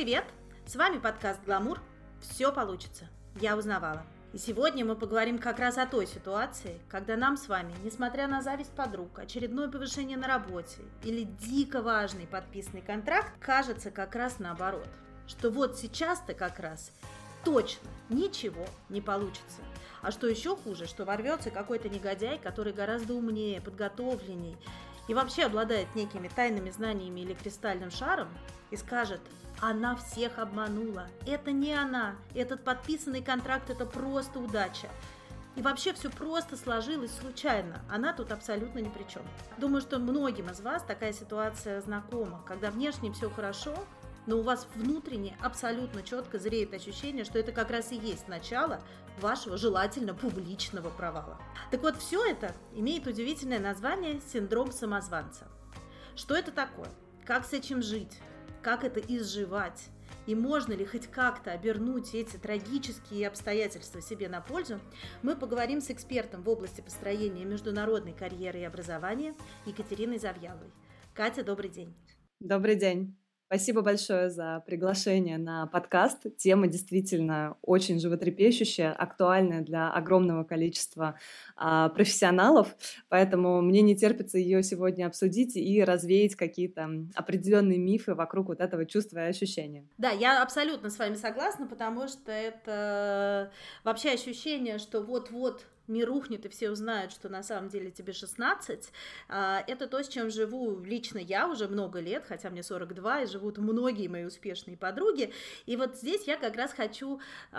привет! С вами подкаст «Гламур». Все получится. Я узнавала. И сегодня мы поговорим как раз о той ситуации, когда нам с вами, несмотря на зависть подруг, очередное повышение на работе или дико важный подписанный контракт, кажется как раз наоборот. Что вот сейчас-то как раз точно ничего не получится. А что еще хуже, что ворвется какой-то негодяй, который гораздо умнее, подготовленней и вообще обладает некими тайными знаниями или кристальным шаром, и скажет: она всех обманула, это не она, этот подписанный контракт – это просто удача. И вообще все просто сложилось случайно, она тут абсолютно ни при чем. Думаю, что многим из вас такая ситуация знакома, когда внешне все хорошо, но у вас внутренне абсолютно четко зреет ощущение, что это как раз и есть начало вашего желательно публичного провала. Так вот, все это имеет удивительное название «синдром самозванца». Что это такое? Как с этим жить? Как это изживать? И можно ли хоть как-то обернуть эти трагические обстоятельства себе на пользу, мы поговорим с экспертом в области построения международной карьеры и образования Екатериной Завьяловой. Катя, добрый день. Добрый день. Спасибо большое за приглашение на подкаст. Тема действительно очень животрепещущая, актуальная для огромного количества профессионалов, поэтому мне не терпится ее сегодня обсудить и развеять какие-то определенные мифы вокруг вот этого чувства и ощущения. Да, я абсолютно с вами согласна, потому что это вообще ощущение, что вот-вот мир рухнет, и все узнают, что на самом деле тебе 16. Это то, с чем живу лично я уже много лет, хотя мне 42, и живут многие мои успешные подруги. И вот здесь я как раз хочу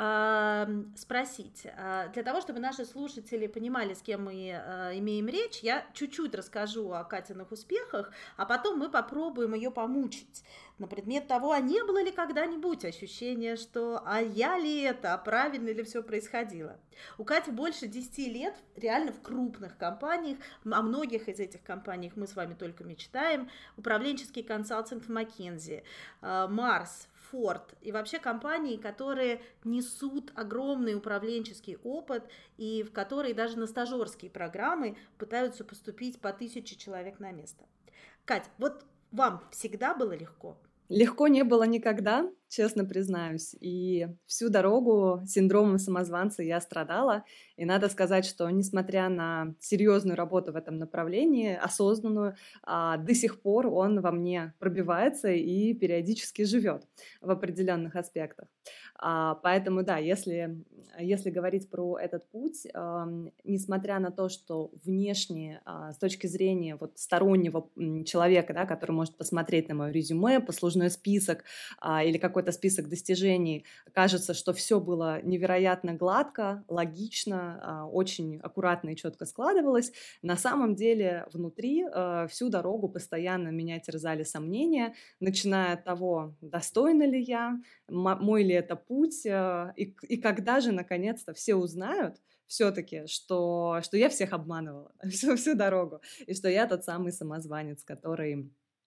спросить. Для того, чтобы наши слушатели понимали, с кем мы имеем речь, я чуть-чуть расскажу о Катиных успехах, а потом мы попробуем ее помучить на предмет того, а не было ли когда-нибудь ощущения, что а я ли это, а правильно ли все происходило. У Кати больше 10 лет реально в крупных компаниях, о многих из этих компаниях мы с вами только мечтаем, управленческий консалтинг в McKinsey, Mars, Ford и вообще компании, которые несут огромный управленческий опыт и в которые даже на стажерские программы пытаются поступить по 1000 человек на место. Кать, вот вам всегда было легко? Легко не было никогда, честно признаюсь, и всю дорогу синдромом самозванца я страдала, и надо сказать, что несмотря на серьезную работу в этом направлении, осознанную, до сих пор он во мне пробивается и периодически живет в определенных аспектах. Поэтому да, если говорить про этот путь, несмотря на то, что внешне, с точки зрения вот стороннего человека, да, который может посмотреть на мое резюме, послужной список или какой-то список достижений, кажется, что все было невероятно гладко, логично, очень аккуратно и четко складывалось. На самом деле внутри всю дорогу постоянно меня терзали сомнения, начиная от того, достойна ли я, мой ли это путь, и когда же наконец-то все узнают все-таки, что я всех обманывала всю дорогу, и что я тот самый самозванец, который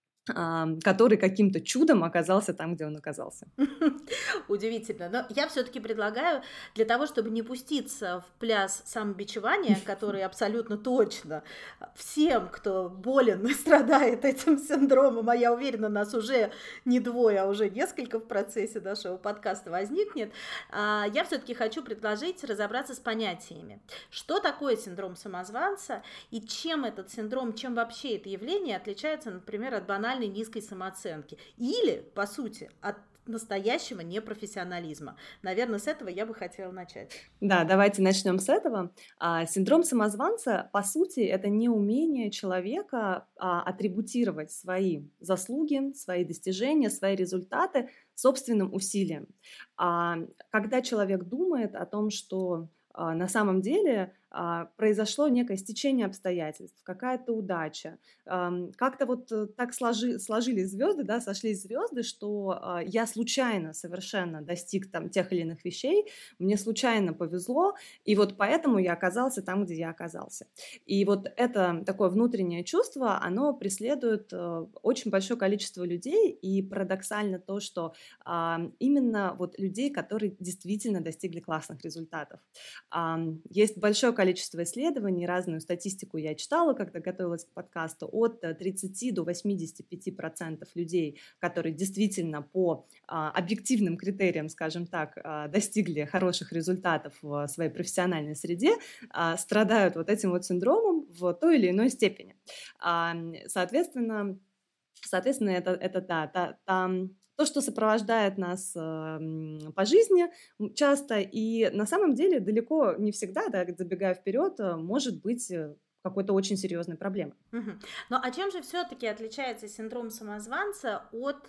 каким-то чудом оказался там, где он оказался. Удивительно. Но я все-таки предлагаю, для того, чтобы не пуститься в пляс самобичевания, который абсолютно точно всем, кто болен и страдает этим синдромом, а я уверена, нас уже не двое, а уже несколько в процессе нашего подкаста возникнет, я все-таки хочу предложить разобраться с понятиями. Что такое синдром самозванца и чем этот синдром, чем вообще это явление отличается, например, от банальной низкой самооценки или, по сути, от настоящего непрофессионализма. Наверное, с этого я бы хотела начать. Да, давайте начнем с этого. Синдром самозванца, по сути, это неумение человека атрибутировать свои заслуги, свои достижения, свои результаты собственным усилием. Когда человек думает о том, что на самом деле произошло некое стечение обстоятельств, какая-то удача. Как-то вот так сложились звезды, да, сошлись звезды, что я случайно совершенно достиг там тех или иных вещей, мне случайно повезло, и вот поэтому я оказался там, где я оказался. И вот это такое внутреннее чувство, оно преследует очень большое количество людей, и парадоксально то, что именно вот людей, которые действительно достигли классных результатов. Есть большое количество количество исследований, разную статистику я читала, когда готовилась к подкасту, от 30 до 85% людей, которые действительно по объективным критериям, скажем так, достигли хороших результатов в своей профессиональной среде, страдают вот этим вот синдромом в той или иной степени. Соответственно, это да, то, что сопровождает нас по жизни часто, и на самом деле далеко не всегда, да, забегая вперед, может быть какой-то очень серьезной проблемой. Мгм. Ну а чем же все-таки отличается синдром самозванца от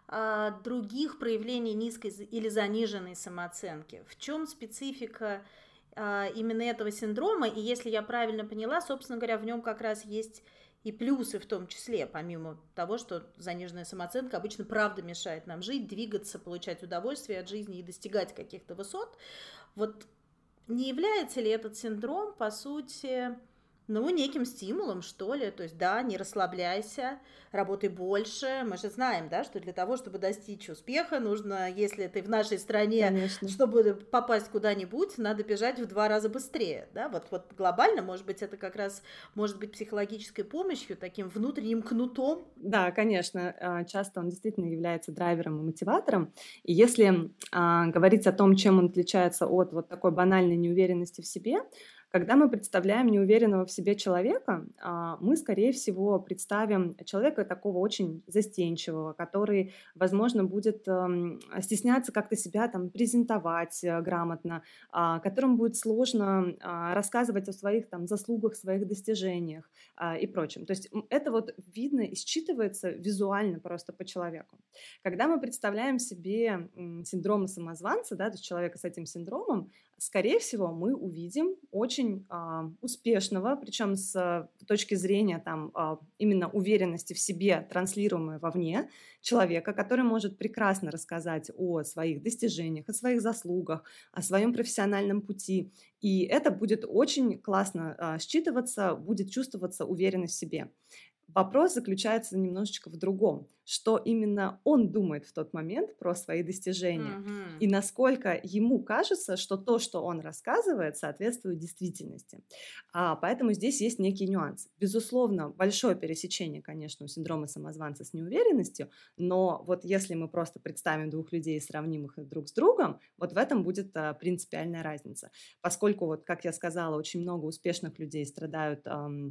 других проявлений низкой или заниженной самооценки? В чем специфика именно этого синдрома? И если я правильно поняла, собственно говоря, в нем как раз есть и плюсы в том числе, помимо того, что заниженная самооценка обычно правда мешает нам жить, двигаться, получать удовольствие от жизни и достигать каких-то высот. Вот не является ли этот синдром, по сути, неким стимулом, что ли? То есть, да, не расслабляйся, работай больше. Мы же знаем, да, что для того, чтобы достичь успеха, нужно, если ты в нашей стране, Конечно. чтобы попасть куда-нибудь, надо бежать в 2 раза быстрее, да? Вот глобально, может быть, это как раз может быть психологической помощью, таким внутренним кнутом. Да, конечно, часто он действительно является драйвером и мотиватором. И если говорить о том, чем он отличается от вот такой банальной неуверенности в себе, когда мы представляем неуверенного в себе человека, мы, скорее всего, представим человека такого очень застенчивого, который, возможно, будет стесняться как-то себя там презентовать грамотно, которому будет сложно рассказывать о своих там заслугах, своих достижениях и прочем. То есть это вот видно и считывается визуально просто по человеку. Когда мы представляем себе синдром самозванца, да, то есть человека с этим синдромом, скорее всего, мы увидим очень успешного, причем с точки зрения там, именно уверенности в себе, транслируемой вовне, человека, который может прекрасно рассказать о своих достижениях, о своих заслугах, о своем профессиональном пути. И это будет очень классно считываться, будет чувствоваться уверенность в себе. Вопрос заключается немножечко в другом, что именно он думает в тот момент про свои достижения и насколько ему кажется, что то, что он рассказывает, соответствует действительности. Поэтому здесь есть некий нюанс. Безусловно, большое пересечение, конечно, у синдрома самозванца с неуверенностью, но вот если мы просто представим двух людей, сравнимых друг с другом, вот в этом будет принципиальная разница. Поскольку, вот, как я сказала, очень много успешных людей страдают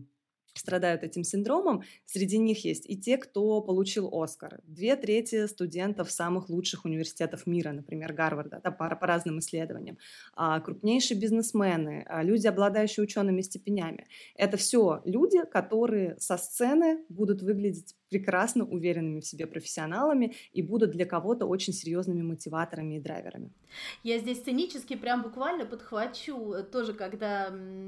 этим синдромом. Среди них есть и те, кто получил Оскар. 2/3 студентов самых лучших университетов мира, например, Гарварда, да, по разным исследованиям. Крупнейшие бизнесмены, люди, обладающие учеными степенями. Это все люди, которые со сцены будут выглядеть прекрасно уверенными в себе профессионалами и будут для кого-то очень серьезными мотиваторами и драйверами. Я здесь сценически прям буквально подхвачу, тоже когда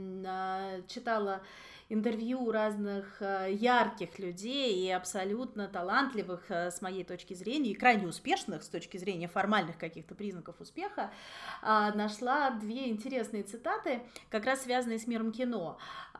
читала интервью разных ярких людей и абсолютно талантливых с моей точки зрения и крайне успешных с точки зрения формальных каких-то признаков успеха, нашла 2 интересные цитаты, как раз связанные с миром кино.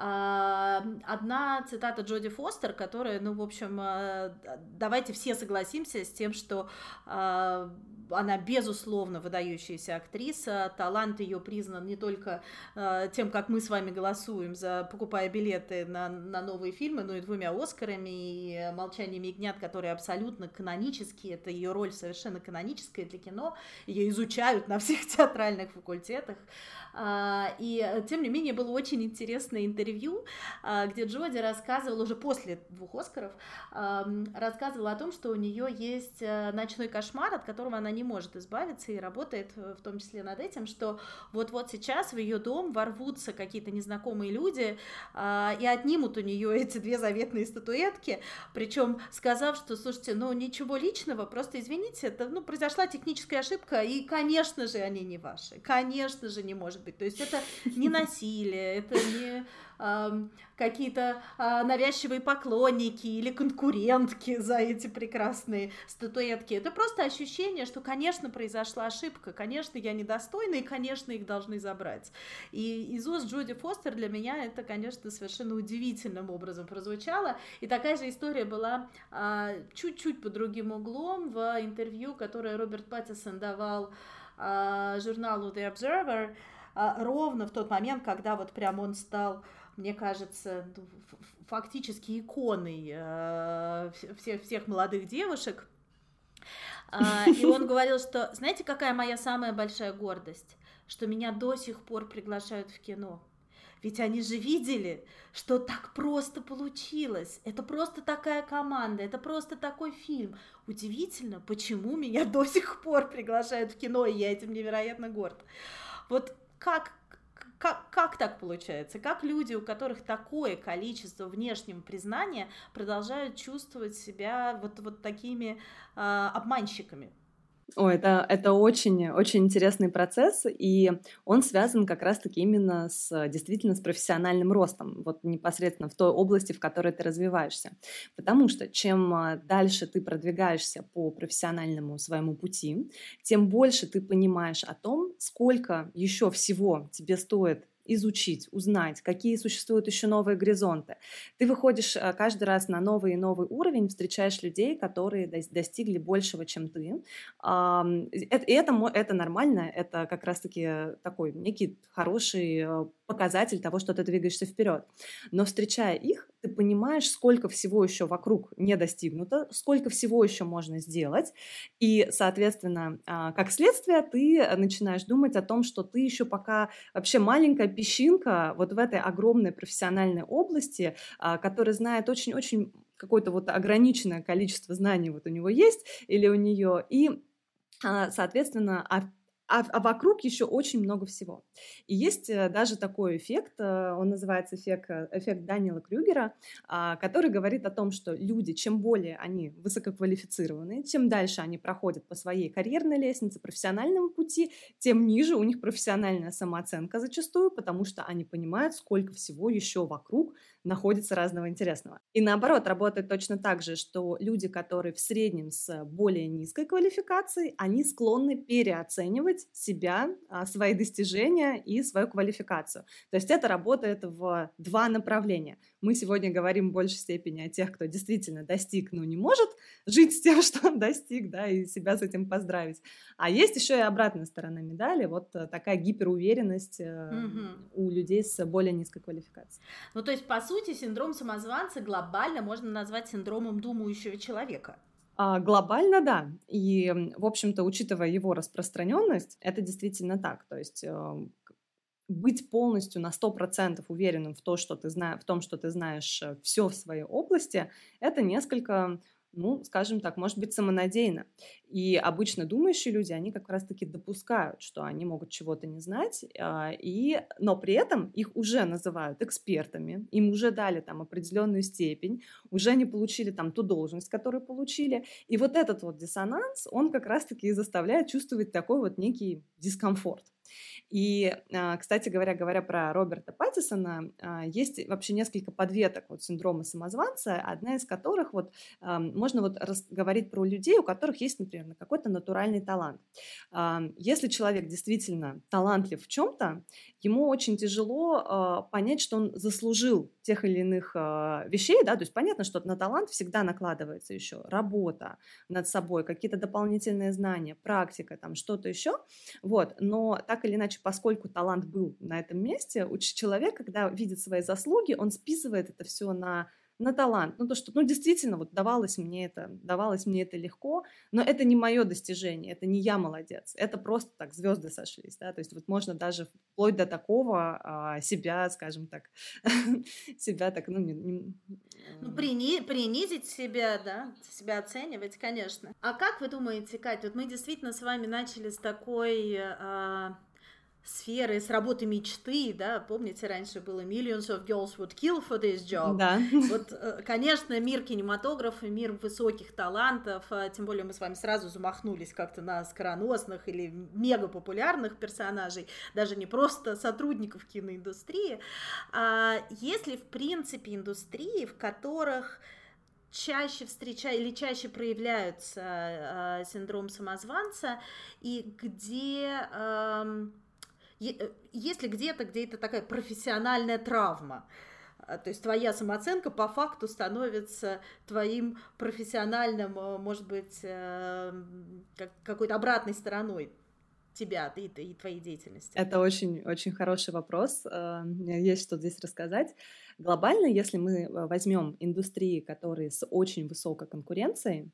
Одна цитата Джоди Фостер, которая, в общем, давайте все согласимся с тем, что она, безусловно, выдающаяся актриса, талант ее признан не только тем, как мы с вами голосуем, покупая билеты на новые фильмы, но и 2 Оскарами, и «Молчание ягнят», которые абсолютно канонические, это ее роль совершенно каноническая для кино, ее изучают на всех театральных факультетах. И, тем не менее, было очень интересное интервью, где Джоди рассказывала, уже после 2 Оскаров, рассказывала о том, что у нее есть ночной кошмар, от которого она не может избавиться, и работает в том числе над этим, что вот сейчас в ее дом ворвутся какие-то незнакомые люди и отнимут у нее эти 2 заветные статуэтки, причем сказав, что, слушайте, ничего личного, просто извините, это произошла техническая ошибка, и, конечно же, они не ваши, конечно же, не может быть. То есть это не насилие, это не какие-то навязчивые поклонники или конкурентки за эти прекрасные статуэтки. Это просто ощущение, что, конечно, произошла ошибка, конечно, я недостойна, и, конечно, их должны забрать. И из уст Джоди Фостер для меня это, конечно, совершенно удивительным образом прозвучало. И такая же история была чуть-чуть под другим углом в интервью, которое Роберт Паттинсон давал журналу The Observer, ровно в тот момент, когда вот прям он стал, мне кажется, фактически иконой всех молодых девушек. И он говорил, что, знаете, какая моя самая большая гордость? Что меня до сих пор приглашают в кино. Ведь они же видели, что так просто получилось. Это просто такая команда, это просто такой фильм. Удивительно, почему меня до сих пор приглашают в кино, и я этим невероятно горд. Вот как так получается? Как люди, у которых такое количество внешнего признания, продолжают чувствовать себя вот такими обманщиками? Ой, это очень, очень интересный процесс, и он связан как раз-таки именно действительно с профессиональным ростом, вот непосредственно в той области, в которой ты развиваешься. Потому что чем дальше ты продвигаешься по профессиональному своему пути, тем больше ты понимаешь о том, сколько еще всего тебе стоит изучить, узнать, какие существуют еще новые горизонты. Ты выходишь каждый раз на новый и новый уровень, встречаешь людей, которые достигли большего, чем ты. Это нормально, это как раз-таки такой некий хороший показатель того, что ты двигаешься вперед. Но встречая их, ты понимаешь, сколько всего еще вокруг не достигнуто, сколько всего еще можно сделать, и, соответственно, как следствие, ты начинаешь думать о том, что ты еще пока вообще маленькая песчинка вот в этой огромной профессиональной области, которая знает очень-очень какое-то вот ограниченное количество знаний вот у него есть или у нее, и, соответственно, вокруг еще очень много всего. И есть даже такой эффект, он называется эффект Даниэла Крюгера, который говорит о том, что люди, чем более они высококвалифицированы, чем дальше они проходят по своей карьерной лестнице, профессиональному пути, тем ниже у них профессиональная самооценка зачастую, потому что они понимают, сколько всего еще вокруг находится разного интересного. И наоборот, работает точно так же, что люди, которые в среднем с более низкой квалификацией, они склонны переоценивать себя, свои достижения и свою квалификацию. То есть это работает в два направления. Мы сегодня говорим в большей степени о тех, кто действительно достиг, но не может жить с тем, что он достиг, да, и себя с этим поздравить. А есть еще и обратная сторона медали, вот такая гиперуверенность у людей с более низкой квалификацией. Ну, то есть, по сути, синдром самозванца глобально можно назвать синдромом думающего человека. Глобально, да. И, в общем-то, учитывая его распространенность, это действительно так. То есть быть полностью на 100% уверенным в том, что ты знаешь все в своей области, это несколько, скажем так, может быть, самонадеянно. И обычно думающие люди, они как раз-таки допускают, что они могут чего-то не знать, но при этом их уже называют экспертами, им уже дали там определенную степень, уже они получили там ту должность, которую получили. И вот этот вот диссонанс, он как раз-таки и заставляет чувствовать такой вот некий дискомфорт. И, кстати говоря про Роберта Паттисона, есть вообще несколько подветок вот синдрома самозванца, одна из которых можно говорить про людей, у которых есть, например, какой-то натуральный талант. Если человек действительно талантлив в чем-то, ему очень тяжело понять, что он заслужил тех или иных вещей, да, то есть понятно, что на талант всегда накладывается еще работа над собой, какие-то дополнительные знания, практика, там что-то еще, вот, но так или иначе, поскольку талант был на этом месте, человек, когда видит свои заслуги, он списывает это все на талант. То, что, действительно, вот давалось мне это легко, но это не мое достижение, это не я молодец, это просто так звезды сошлись, да, то есть вот можно даже вплоть до такого себя, скажем так, принизить себя, да, себя оценивать, конечно. А как вы думаете, Кать, вот мы действительно с вами начали с такой сферы, с работы мечты, да, помните, раньше было millions of girls would kill for this job. Да. Вот, конечно, мир кинематографа, мир высоких талантов, тем более мы с вами сразу замахнулись как-то на скороносных или мегапопулярных персонажей, даже не просто сотрудников киноиндустрии. Есть ли, в принципе, индустрии, в которых чаще проявляются синдром самозванца, и где... Если где-то такая профессиональная травма, то есть твоя самооценка по факту становится твоим профессиональным, может быть, какой-то обратной стороной. тебя и твоей деятельности? Это очень хороший вопрос. Мне есть что здесь рассказать. Глобально, если мы возьмем индустрии, которые с очень высокой конкуренцией,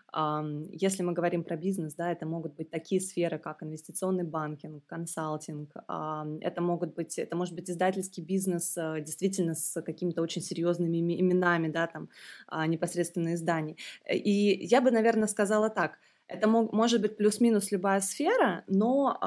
если мы говорим про бизнес, да, это могут быть такие сферы, как инвестиционный банкинг, консалтинг, это может быть издательский бизнес, действительно с какими-то очень серьезными именами, да, там непосредственно изданий. И я бы, наверное, сказала так. Это может быть плюс-минус любая сфера, но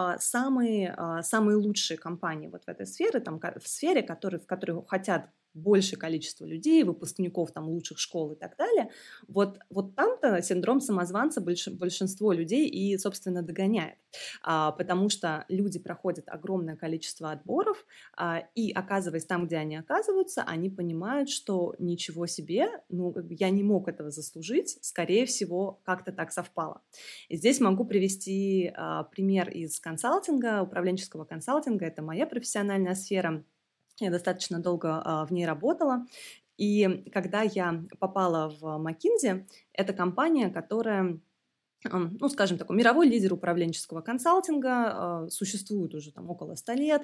самые лучшие компании вот в этой сфере, в сфере, в которой хотят большее количество людей, выпускников там лучших школ и так далее, вот там-то синдром самозванца большинство людей и, собственно, догоняет, потому что люди проходят огромное количество отборов, и, оказываясь там, где они оказываются, они понимают, что ничего себе, я не мог этого заслужить, скорее всего, как-то так совпало. И здесь могу привести пример из консалтинга, управленческого консалтинга, это моя профессиональная сфера. Я достаточно долго в ней работала, и когда я попала в McKinsey, это компания, которая, скажем, такой мировой лидер управленческого консалтинга, существует уже там около 100 лет,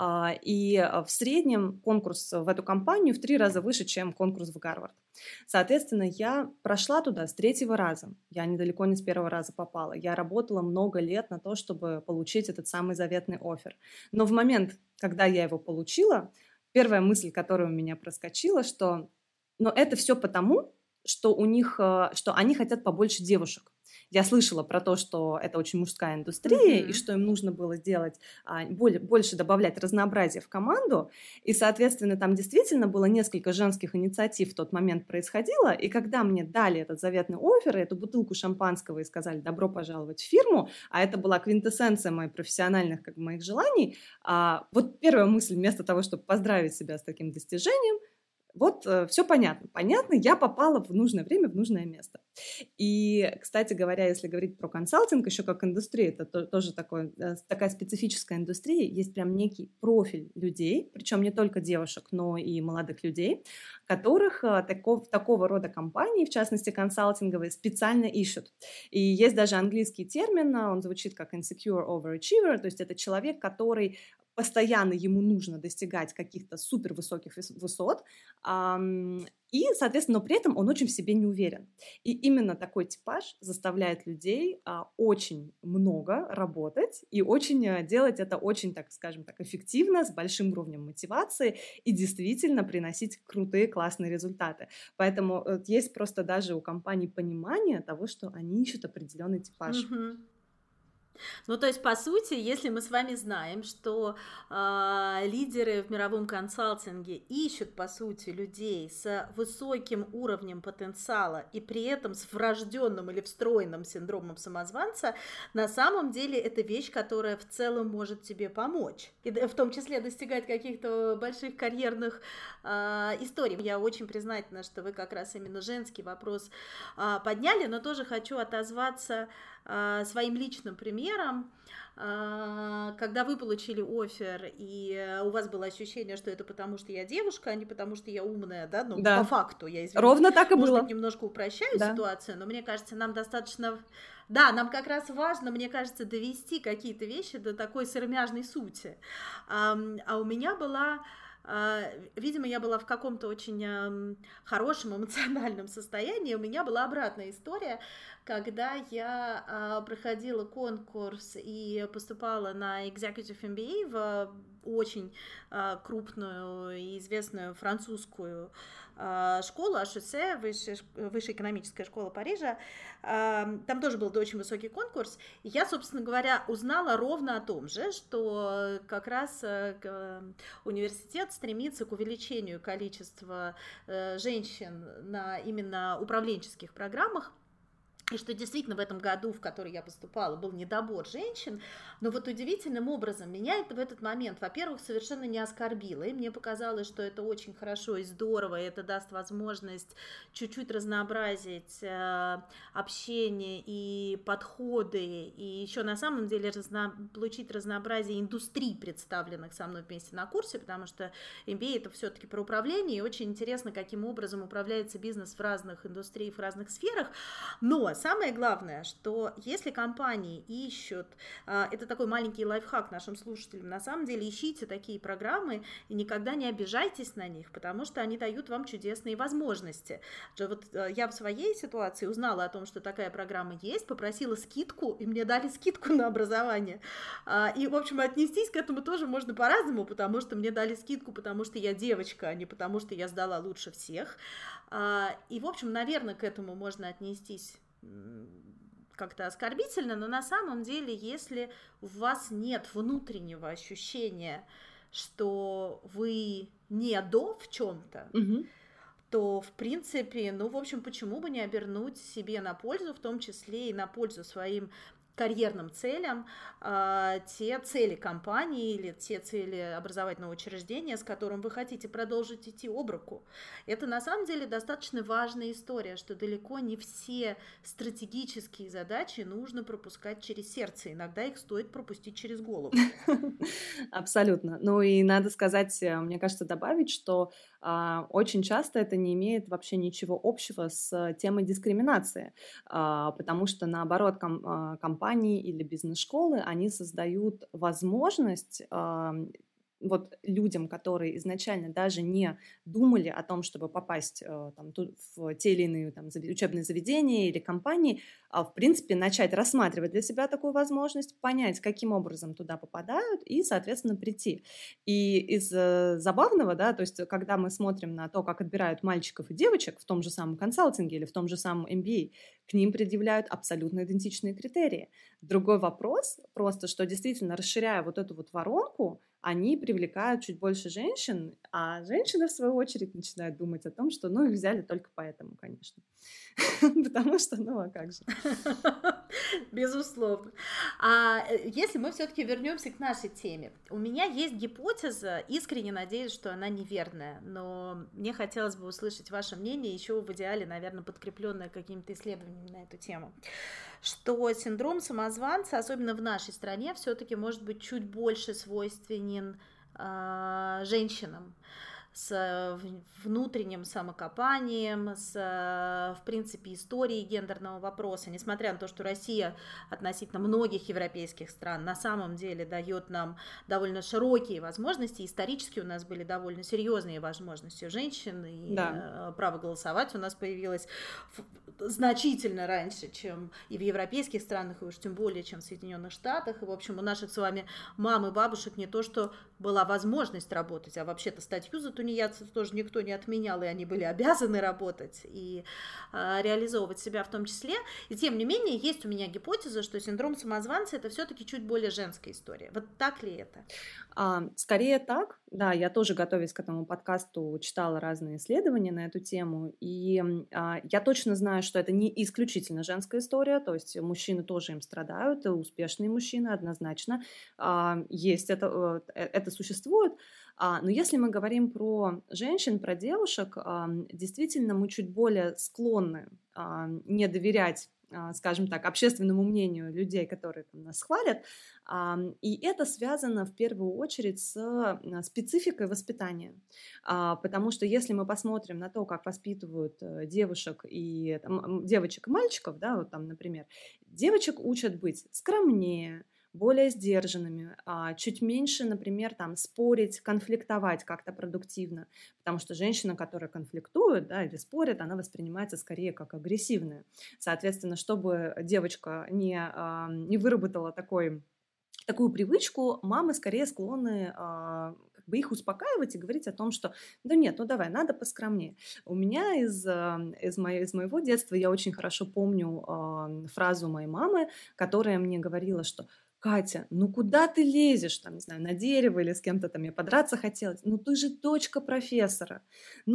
и в среднем конкурс в эту компанию в 3 раза выше, чем конкурс в Гарвард. Соответственно, я прошла туда с 3-го раза, я недалеко не с 1-го раза попала, я работала много лет на то, чтобы получить этот самый заветный оффер. Но в момент, когда я его получила, первая мысль, которая у меня проскочила, что это все потому, что они хотят побольше девушек. Я слышала про то, что это очень мужская индустрия, и что им нужно было сделать, больше добавлять разнообразия в команду. И, соответственно, там действительно было несколько женских инициатив в тот момент происходило. И когда мне дали этот заветный оффер, эту бутылку шампанского и сказали «добро пожаловать в фирму», а это была квинтэссенция моих профессиональных моих желаний, вот первая мысль, вместо того, чтобы поздравить себя с таким достижением, все понятно. Понятно, я попала в нужное время, в нужное место. И, кстати говоря, если говорить про консалтинг, еще как индустрия, это тоже такая специфическая индустрия, есть прям некий профиль людей, причем не только девушек, но и молодых людей, которых такого рода компании, в частности консалтинговые, специально ищут. И есть даже английский термин, он звучит как insecure overachiever, то есть это человек, который постоянно ему нужно достигать каких-то супервысоких высот, и, соответственно, но при этом он очень в себе не уверен. И именно такой типаж заставляет людей очень много работать и очень делать это очень, так скажем так, эффективно, с большим уровнем мотивации и действительно приносить крутые, классные результаты. Поэтому есть просто даже у компаний понимание того, что они ищут определенный типаж. То есть, по сути, если мы с вами знаем, что лидеры в мировом консалтинге ищут, по сути, людей с высоким уровнем потенциала и при этом с врожденным или встроенным синдромом самозванца, на самом деле это вещь, которая в целом может тебе помочь. И в том числе достигать каких-то больших карьерных историй. Я очень признательна, что вы как раз именно женский вопрос подняли, но тоже хочу отозваться своим личным примером, когда вы получили оффер, и у вас было ощущение, что это потому, что я девушка, а не потому, что я умная, да? Да. По факту, я извиняюсь. Ровно так и было. Может быть, немножко упрощаю ситуацию, но мне кажется, нам достаточно... Да, нам как раз важно, мне кажется, довести какие-то вещи до такой сыромяжной сути. А у меня была... Видимо, я была в каком-то очень хорошем эмоциональном состоянии. У меня была обратная история, когда я проходила конкурс и поступала на Executive MBA в очень крупную и известную французскую школу HEC, Высшая экономическая школа Парижа. Там тоже был очень высокий конкурс. И я, собственно говоря, узнала ровно о том же, что как раз университет стремится к увеличению количества женщин на именно управленческих программах. И что действительно в этом году, в который я поступала, был недобор женщин, но удивительным образом меня это в этот момент, во-первых, совершенно не оскорбило, и мне показалось, что это очень хорошо и здорово, и это даст возможность чуть-чуть разнообразить общение и подходы, и еще на самом деле получить разнообразие индустрий, представленных со мной вместе на курсе, потому что MBA это все-таки про управление, и очень интересно, каким образом управляется бизнес в разных индустриях, в разных сферах, но самое главное, что если компании ищут, это такой маленький лайфхак нашим слушателям, на самом деле ищите такие программы и никогда не обижайтесь на них, потому что они дают вам чудесные возможности. Вот я в своей ситуации узнала о том, что такая программа есть, попросила скидку, и мне дали скидку на образование. И, в общем, отнестись к этому тоже можно по-разному, потому что мне дали скидку, потому что я девочка, а не потому что я сдала лучше всех. И, в общем, наверное, к этому можно отнестись как-то оскорбительно, но на самом деле, если у вас нет внутреннего ощущения, что вы не до в чем-то, то, в принципе, в общем, почему бы не обернуть себе на пользу, в том числе и на пользу своим карьерным целям, те цели компании или те цели образовательного учреждения, с которым вы хотите продолжить идти об руку. Это на самом деле достаточно важная история, что далеко не все стратегические задачи нужно пропускать через сердце, иногда их стоит пропустить через голову. Абсолютно. Ну и надо сказать, мне кажется, добавить, что очень часто это не имеет вообще ничего общего с темой дискриминации, потому что, наоборот, компании или бизнес-школы, они создают возможность вот людям, которые изначально даже не думали о том, чтобы попасть в те или иные учебные заведения или компании, в принципе, начать рассматривать для себя такую возможность, понять, каким образом туда попадают и, соответственно, прийти. И из забавного, да, то есть когда мы смотрим на то, как отбирают мальчиков и девочек в том же самом консалтинге или в том же самом MBA, к ним предъявляют абсолютно идентичные критерии. Другой вопрос просто, что действительно, расширяя вот эту вот воронку, они привлекают чуть больше женщин, а женщины, в свою очередь, начинают думать о том, что, их взяли только поэтому, конечно. Потому что, а как же? Безусловно. Если мы все-таки вернемся к нашей теме, у меня есть гипотеза, искренне надеюсь, что она неверная, но мне хотелось бы услышать ваше мнение, еще в идеале, наверное, подкрепленное какими-то исследованиями на эту тему, что синдром самозванца, особенно в нашей стране, все-таки может быть чуть больше свойственен женщинам, с внутренним самокопанием, в принципе, историей гендерного вопроса, несмотря на то, что Россия относительно многих европейских стран на самом деле дает нам довольно широкие возможности, исторически у нас были довольно серьезные возможности у женщин, и право голосовать у нас появилось значительно раньше, чем и в европейских странах, и уж тем более, чем в Соединенных Штатах, и, в общем, у наших с вами мам и бабушек не то, что была возможность работать, а вообще-то статью за тунеядцев тоже никто не отменял, и они были обязаны работать и реализовывать себя в том числе. И тем не менее, есть у меня гипотеза, что синдром самозванца – это все-таки чуть более женская история. Вот так ли это? Скорее так. Да, я тоже, готовясь к этому подкасту, читала разные исследования на эту тему, и я точно знаю, что это не исключительно женская история, то есть мужчины тоже им страдают, успешные мужчины однозначно. Есть это существует. Но если мы говорим про женщин, про девушек, действительно мы чуть более склонны не доверять, скажем так, общественному мнению людей, которые нас хвалят, и это связано в первую очередь с спецификой воспитания, потому что если мы посмотрим на то, как воспитывают девочек и мальчиков, да, вот там, например, девочек учат быть скромнее, более сдержанными, чуть меньше, например, спорить, конфликтовать как-то продуктивно, потому что женщина, которая конфликтует, да, или спорит, она воспринимается скорее как агрессивная. Соответственно, чтобы девочка не выработала такую привычку, мамы скорее склонны их успокаивать и говорить о том, что давай, надо поскромнее. У меня из моего детства я очень хорошо помню фразу моей мамы, которая мне говорила, что: Катя, куда ты лезешь, на дерево или с кем-то я подраться хотелось, ты же дочка профессора,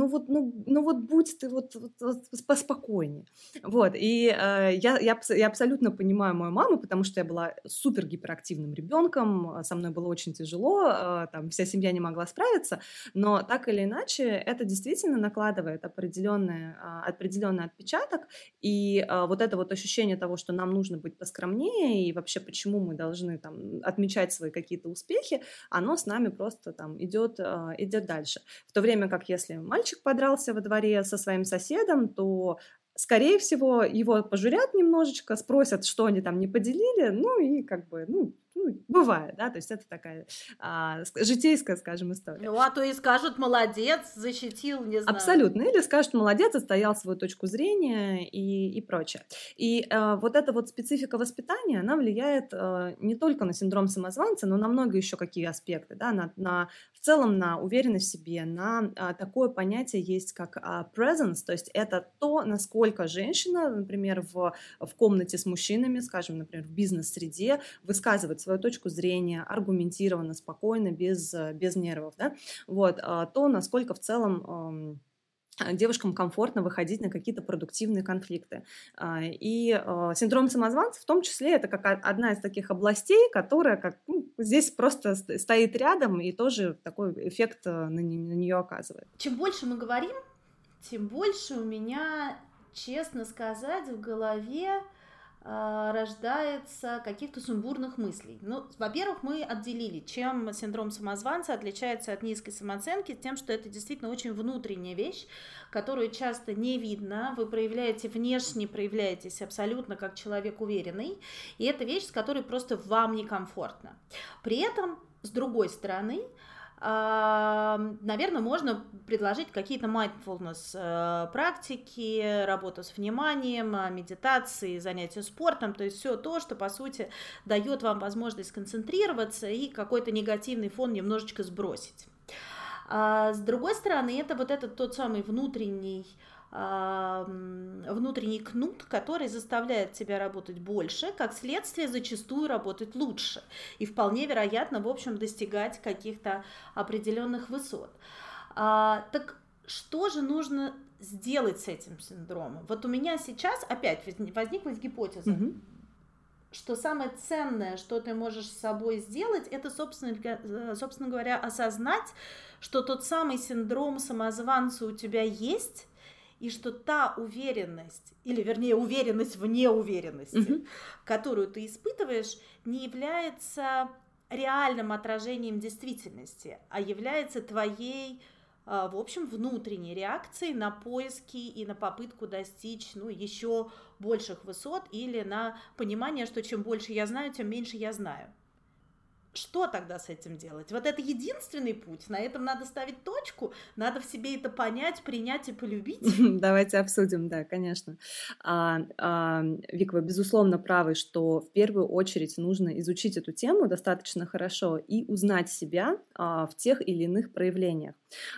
будь ты поспокойнее. И я абсолютно понимаю мою маму, потому что я была супер гиперактивным ребенком, со мной было очень тяжело, вся семья не могла справиться, но так или иначе это действительно накладывает определенный отпечаток, и вот это вот ощущение того, что нам нужно быть поскромнее, и вообще почему мы должны отмечать свои какие-то успехи, оно с нами просто идет дальше. В то время как если мальчик подрался во дворе со своим соседом, то скорее всего, его пожурят немножечко, спросят, что они там не поделили, ну и как бы, бывает, да, то есть это такая житейская, скажем, история. Ну, а то и скажут, молодец, защитил, не знаю. Абсолютно. Или скажут, молодец, отстоял свою точку зрения и прочее. И вот эта вот специфика воспитания, она влияет не только на синдром самозванца, но на много еще какие аспекты, да, в целом на уверенность в себе, на такое понятие есть, как presence, то есть это то, насколько женщина, например, в комнате с мужчинами, скажем, например, в бизнес-среде, высказывает свою точку зрения аргументированно, спокойно, без нервов, да, вот, то, насколько в целом девушкам комфортно выходить на какие-то продуктивные конфликты. И синдром самозванца в том числе это как одна из таких областей, которая здесь просто стоит рядом и тоже такой эффект на нее оказывает. Чем больше мы говорим, тем больше у меня, честно сказать, в голове рождается каких-то сумбурных мыслей. Ну, во-первых, мы отделили, чем синдром самозванца отличается от низкой самооценки, тем, что это действительно очень внутренняя вещь, которую часто не видно. Вы внешне проявляетесь абсолютно как человек уверенный, и это вещь, с которой просто вам некомфортно. При этом, с другой стороны, наверное, можно предложить какие-то mindfulness практики, работу с вниманием, медитации, занятия спортом, то есть все то, что, по сути, дает вам возможность сконцентрироваться и какой-то негативный фон немножечко сбросить. С другой стороны, это вот этот тот самый внутренний кнут, который заставляет тебя работать больше, как следствие зачастую работать лучше и вполне вероятно, в общем, достигать каких-то определенных высот. Так что же нужно сделать с этим синдромом? Вот у меня сейчас опять возникла гипотеза, что самое ценное, что ты можешь с собой сделать, это, собственно говоря, осознать, что тот самый синдром самозванца у тебя есть, и что та уверенность, или вернее уверенность в неуверенности, которую ты испытываешь, не является реальным отражением действительности, а является твоей, в общем, внутренней реакцией на поиски и на попытку достичь еще больших высот или на понимание, что чем больше я знаю, тем меньше я знаю. Что тогда с этим делать? Вот это единственный путь, на этом надо ставить точку, надо в себе это понять, принять и полюбить. Давайте обсудим, да, конечно. Вик, вы безусловно правы, что в первую очередь нужно изучить эту тему достаточно хорошо и узнать себя в тех или иных проявлениях.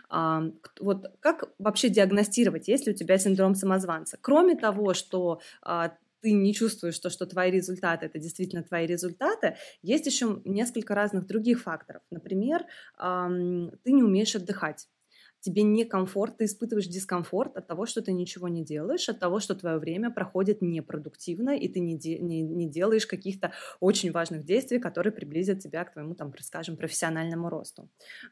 Вот как вообще диагностировать, есть ли у тебя синдром самозванца? Кроме того, что ты не чувствуешь, что твои результаты – это действительно твои результаты, есть еще несколько разных других факторов. Например, ты не умеешь отдыхать. Тебе некомфорт, ты испытываешь дискомфорт от того, что ты ничего не делаешь, от того, что твое время проходит непродуктивно, и ты не делаешь каких-то очень важных действий, которые приблизят тебя к твоему, скажем, профессиональному росту.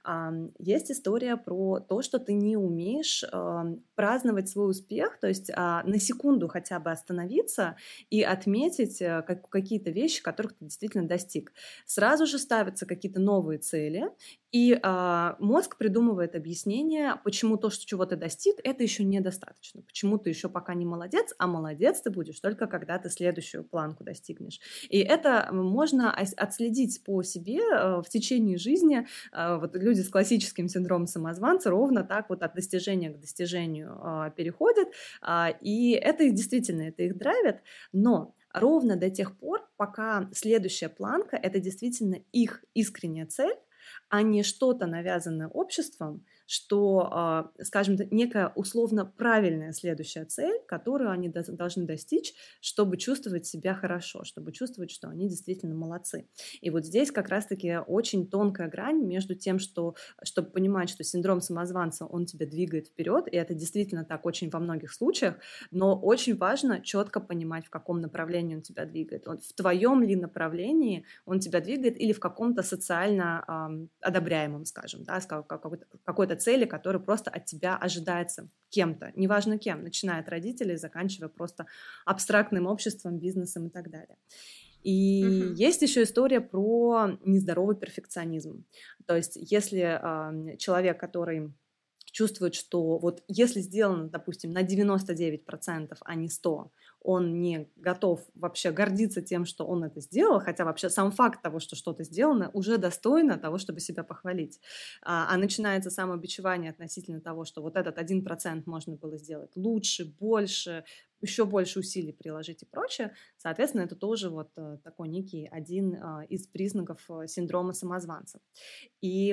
Есть история про то, что ты не умеешь праздновать свой успех, то есть на секунду хотя бы остановиться и отметить какие-то вещи, которых ты действительно достиг. Сразу же ставятся какие-то новые цели, и мозг придумывает объяснение, почему то, чего ты достиг, это еще недостаточно. Почему ты еще пока не молодец, а молодец ты будешь только когда ты следующую планку достигнешь. И это можно отследить по себе в течение жизни. Вот люди с классическим синдромом самозванца ровно так вот от достижения к достижению переходят. И это действительно, это их драйвит. Но ровно до тех пор, пока следующая планка – это действительно их искренняя цель, а не что-то навязанное обществом, что, скажем, некая условно правильная следующая цель, которую они должны достичь, чтобы чувствовать себя хорошо, чтобы чувствовать, что они действительно молодцы. И вот здесь как раз-таки очень тонкая грань между тем, чтобы понимать, что синдром самозванца, он тебя двигает вперед, и это действительно так очень во многих случаях, но очень важно четко понимать, в каком направлении он тебя двигает. В твоем ли направлении он тебя двигает или в каком-то социально одобряемом, скажем, да, какой-то цели, которая просто от тебя ожидается кем-то, неважно кем, начиная от родителей, заканчивая просто абстрактным обществом, бизнесом и так далее. И есть еще история про нездоровый перфекционизм. То есть если человек, который чувствует, что вот если сделано, допустим, на 99%, а не 100%, он не готов вообще гордиться тем, что он это сделал, хотя вообще сам факт того, что что-то сделано, уже достойно того, чтобы себя похвалить. А начинается самобичевание относительно того, что вот этот 1% можно было сделать лучше, больше, еще больше усилий приложить и прочее. Соответственно, это тоже вот такой некий один из признаков синдрома самозванца. И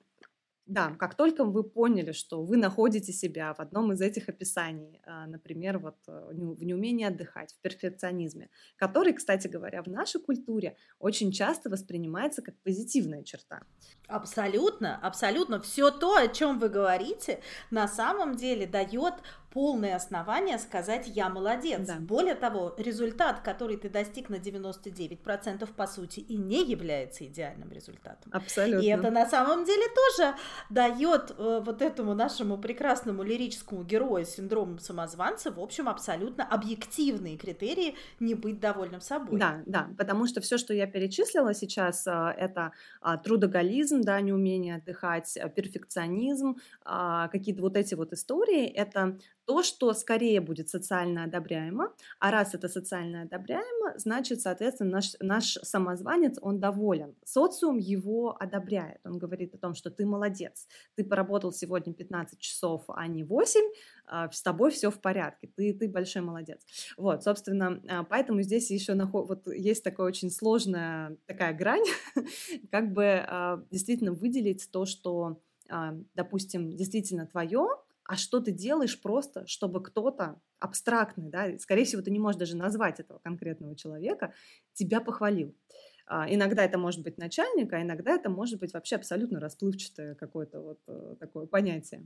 да, как только вы поняли, что вы находите себя в одном из этих описаний, например, вот в неумении отдыхать, в перфекционизме, который, кстати говоря, в нашей культуре очень часто воспринимается как позитивная черта. Абсолютно, абсолютно. Все то, о чем вы говорите, на самом деле дает полное основание сказать «я молодец». Да. Более того, результат, который ты достиг на 99%, по сути, и не является идеальным результатом. Абсолютно. И это на самом деле тоже дает вот этому нашему прекрасному лирическому герою с синдромом самозванца, в общем, абсолютно объективные критерии не быть довольным собой. Да, потому что все, что я перечислила сейчас, это трудоголизм, да, неумение отдыхать, перфекционизм, какие-то вот эти вот истории, это то, что скорее будет социально одобряемо, а раз это социально одобряемо, значит, соответственно, наш самозванец, он доволен. Социум его одобряет, он говорит о том, что ты молодец, ты поработал сегодня 15 часов, а не 8, с тобой все в порядке, ты большой молодец. Вот, собственно, поэтому здесь еще вот есть такая очень сложная такая грань, как бы действительно выделить то, что, допустим, действительно твое, а что ты делаешь просто, чтобы кто-то абстрактный, да, скорее всего, ты не можешь даже назвать этого конкретного человека, тебя похвалил. Иногда это может быть начальник, а иногда это может быть вообще абсолютно расплывчатое какое-то вот такое понятие.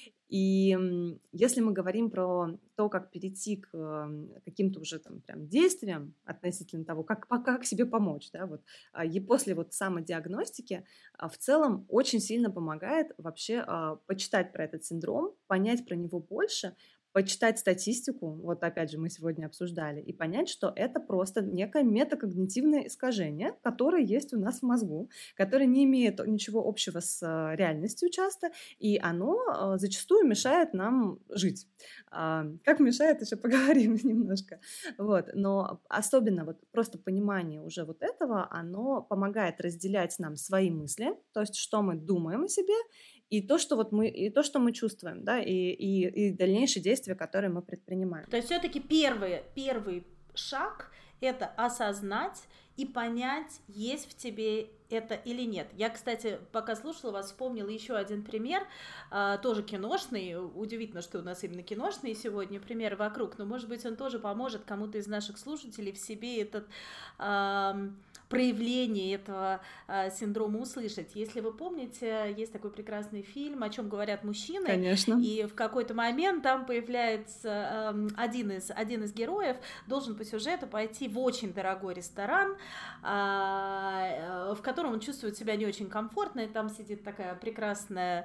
И если мы говорим про то, как перейти к каким-то уже там прям действиям относительно того, как себе помочь, да, вот, и после вот самодиагностики в целом очень сильно помогает вообще почитать про этот синдром, понять про него больше, почитать статистику, вот опять же мы сегодня обсуждали, и понять, что это просто некое метакогнитивное искажение, которое есть у нас в мозгу, которое не имеет ничего общего с реальностью часто, и оно зачастую мешает нам жить. Как мешает, еще поговорим немножко. Вот. Но особенно вот просто понимание уже вот этого, оно помогает разделять нам свои мысли, то есть что мы думаем о себе, и то, что мы чувствуем, да, и дальнейшие действия, которые мы предпринимаем. То есть все-таки первый шаг – это осознать и понять, есть в тебе это или нет. Я, кстати, пока слушала вас, вспомнила еще один пример, тоже киношный. Удивительно, что у нас именно киношные сегодня примеры вокруг, но, может быть, он тоже поможет кому-то из наших слушателей в себе этот проявление этого синдрома услышать. Если вы помните, есть такой прекрасный фильм «О чем говорят мужчины». Конечно. И в какой-то момент там появляется один из героев, должен по сюжету пойти в очень дорогой ресторан, в котором он чувствует себя не очень комфортно, и там сидит такая прекрасная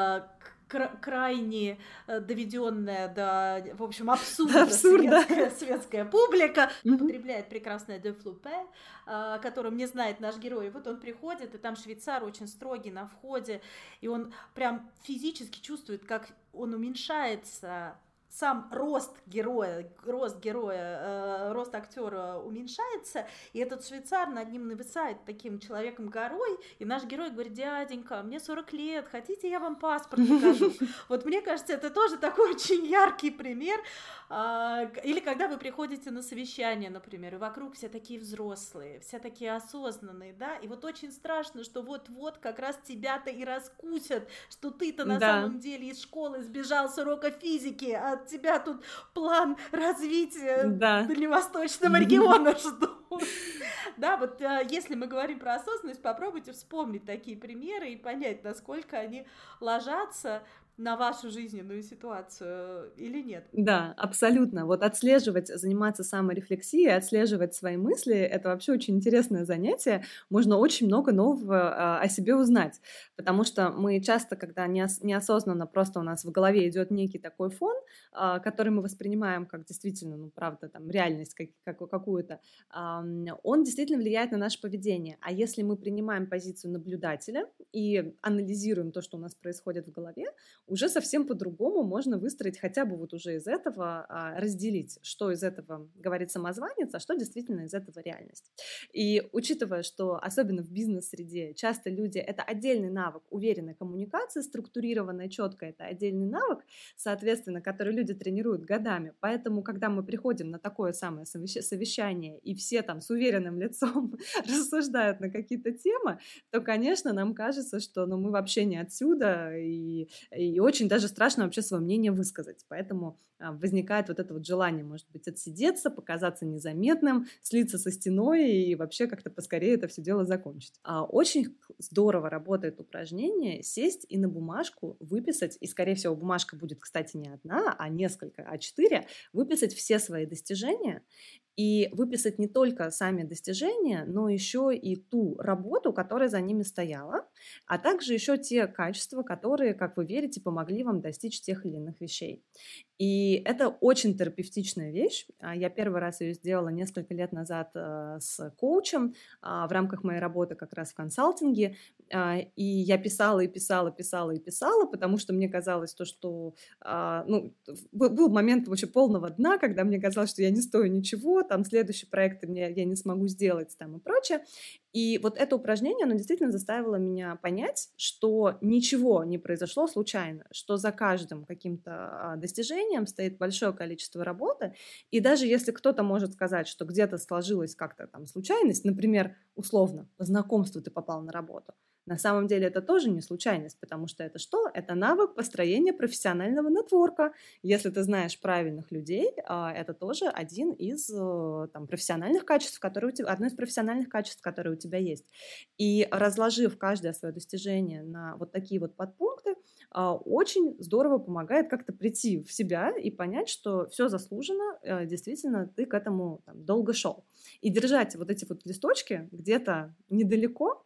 крайне доведенная до, в общем, абсурда светская публика, употребляет прекрасное «де флупе», о котором не знает наш герой. И вот он приходит, и там швейцар очень строгий на входе, и он прям физически чувствует, как он уменьшается, сам рост актера уменьшается, и этот швейцар над ним нависает таким человеком горой, и наш герой говорит: дяденька, мне 40 лет, хотите, я вам паспорт покажу? Вот мне кажется, это тоже такой очень яркий пример. Или когда вы приходите на совещание, например, и вокруг все такие взрослые, все такие осознанные, да, и вот очень страшно, что вот-вот как раз тебя-то и раскусят, что ты-то на самом деле из школы сбежал с урока физики, а от тебя тут план развития дальневосточного региона ждут. Да, вот если мы говорим про осознанность, попробуйте вспомнить такие примеры и понять, насколько они ложатся на вашу жизненную ситуацию или нет. Да, абсолютно. Вот отслеживать, заниматься саморефлексией, отслеживать свои мысли — это вообще очень интересное занятие. Можно очень много нового о себе узнать, потому что мы часто, когда неосознанно просто у нас в голове идет некий такой фон, который мы воспринимаем как действительно, ну, правда, там, реальность какую-то, он действительно влияет на наше поведение. А если мы принимаем позицию наблюдателя и анализируем то, что у нас происходит в голове, уже совсем по-другому можно выстроить хотя бы вот уже из этого, разделить, что из этого говорит самозванец, а что действительно из этого реальность. И учитывая, что особенно в бизнес-среде часто люди — это отдельный навык уверенной коммуникации, структурированная, четкая — это отдельный навык, соответственно, который люди тренируют годами. Поэтому, когда мы приходим на такое самое совещание, и все там с уверенным лицом рассуждают на какие-то темы, то, конечно, нам кажется, что мы вообще не отсюда, и очень даже страшно вообще свое мнение высказать. Поэтому возникает вот это вот желание, может быть, отсидеться, показаться незаметным, слиться со стеной и вообще как-то поскорее это все дело закончить. Очень здорово работает упражнение сесть и на бумажку выписать, и, скорее всего, бумажка будет, кстати, не одна, а несколько, а 4, выписать все свои достижения и выписать не только сами достижения, но еще и ту работу, которая за ними стояла, а также еще те качества, которые, как вы верите, помогли вам достичь тех или иных вещей. И это очень терапевтичная вещь. Я первый раз ее сделала несколько лет назад с коучем в рамках моей работы как раз в консалтинге. И я писала, и писала, писала, и писала, потому что мне казалось то, что был момент вообще полного дна, когда мне казалось, что я не стою ничего, там следующий проект я не смогу сделать там и прочее. И вот это упражнение, оно действительно заставило меня понять, что ничего не произошло случайно, что за каждым каким-то достижением стоит большое количество работы. И даже если кто-то может сказать, что где-то сложилась как-то там случайность, например, условно, по знакомству ты попал на работу, на самом деле это тоже не случайность, потому что это что? Это навык построения профессионального нетворка. Если ты знаешь правильных людей, это тоже один из профессиональных качеств, одно из профессиональных качеств, которые у тебя есть. И разложив каждое свое достижение на вот такие вот подпункты, очень здорово помогает как-то прийти в себя и понять, что все заслужено, действительно, ты к этому долго шел. И держать вот эти вот листочки где-то недалеко,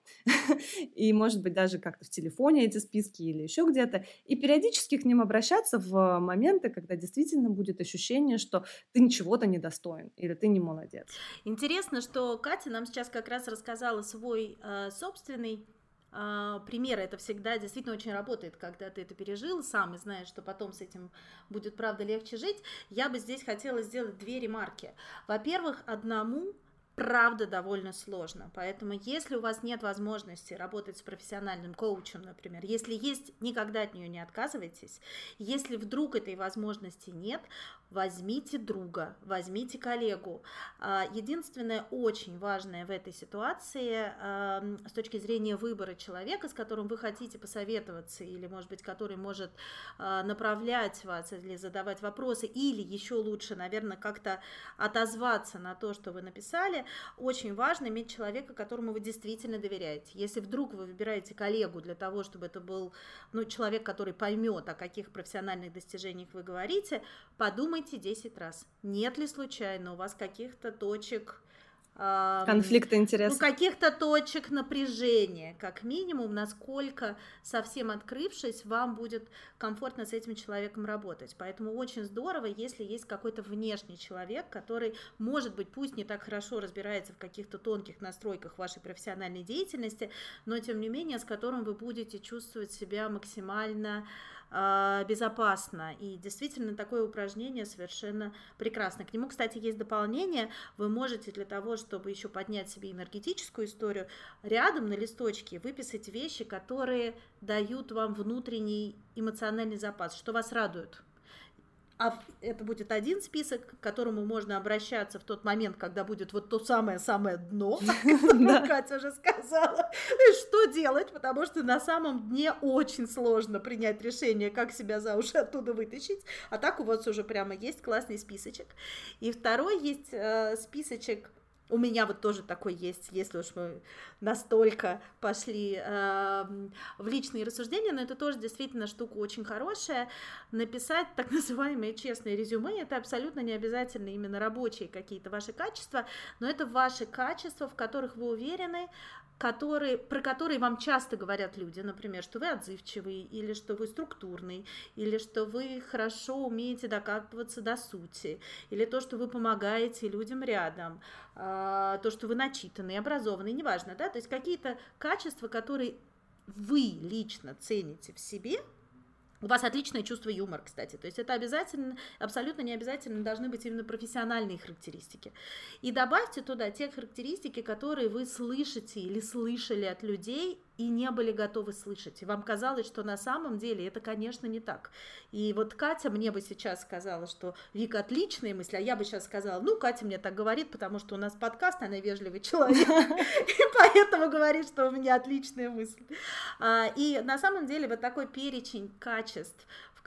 и, может быть, даже как-то в телефоне эти списки или еще где-то, и периодически к ним обращаться в моменты, когда действительно будет ощущение, что ты чего-то недостоин или ты не молодец. Интересно, что Катя нам сейчас как раз рассказала свой собственный пример. Это всегда действительно очень работает, когда ты это пережил сам и знаешь, что потом с этим будет, правда, легче жить. Я бы здесь хотела сделать 2 ремарки. Во-первых, одному правда довольно сложно, поэтому если у вас нет возможности работать с профессиональным коучем, например, если есть, никогда от нее не отказывайтесь, если вдруг этой возможности нет, возьмите друга, возьмите коллегу. Единственное очень важное в этой ситуации с точки зрения выбора человека, с которым вы хотите посоветоваться или, может быть, который может направлять вас или задавать вопросы, или еще лучше, наверное, как-то отозваться на то, что вы написали, очень важно иметь человека, которому вы действительно доверяете. Если вдруг вы выбираете коллегу для того, чтобы это был человек, который поймет, о каких профессиональных достижениях вы говорите, подумайте 10 раз, нет ли случайно у вас каких-то точек конфликта интересов. Каких-то точек напряжения, как минимум, насколько, совсем открывшись, вам будет комфортно с этим человеком работать. Поэтому очень здорово, если есть какой-то внешний человек, который, может быть, пусть не так хорошо разбирается в каких-то тонких настройках вашей профессиональной деятельности, но, тем не менее, с которым вы будете чувствовать себя максимально безопасно. И действительно такое упражнение совершенно прекрасно. К нему, кстати, есть дополнение. Вы можете для того, чтобы еще поднять себе энергетическую историю, рядом на листочке выписать вещи, которые дают вам внутренний эмоциональный запас, что вас радует. А это будет один список, к которому можно обращаться в тот момент, когда будет вот то самое-самое дно, как Катя уже сказала. Что делать, потому что на самом дне очень сложно принять решение, как себя за уши оттуда вытащить. А так у вас уже прямо есть классный списочек. И второй есть списочек. У меня вот тоже такой есть, если уж мы настолько пошли в личные рассуждения, но это тоже действительно штука очень хорошая. Написать так называемое честное резюме, это абсолютно не обязательно именно рабочие какие-то ваши качества, но это ваши качества, в которых вы уверены, про которые вам часто говорят люди, например, что вы отзывчивый, или что вы структурный, или что вы хорошо умеете докапываться до сути, или то, что вы помогаете людям рядом, то, что вы начитанный, образованный, неважно, да, то есть какие-то качества, которые вы лично цените в себе, У вас отличное чувство юмора, кстати. То есть это обязательно, абсолютно не обязательно должны быть именно профессиональные характеристики. И добавьте туда те характеристики, которые вы слышите или слышали от людей и не были готовы слышать. И вам казалось, что на самом деле это, конечно, не так. И вот Катя мне бы сейчас сказала, что Вика отличные мысли, а я бы сейчас сказала, ну, Катя мне так говорит, потому что у нас подкаст, она вежливый человек, и поэтому говорит, что у меня отличные мысли. И на самом деле вот такой перечень качеств,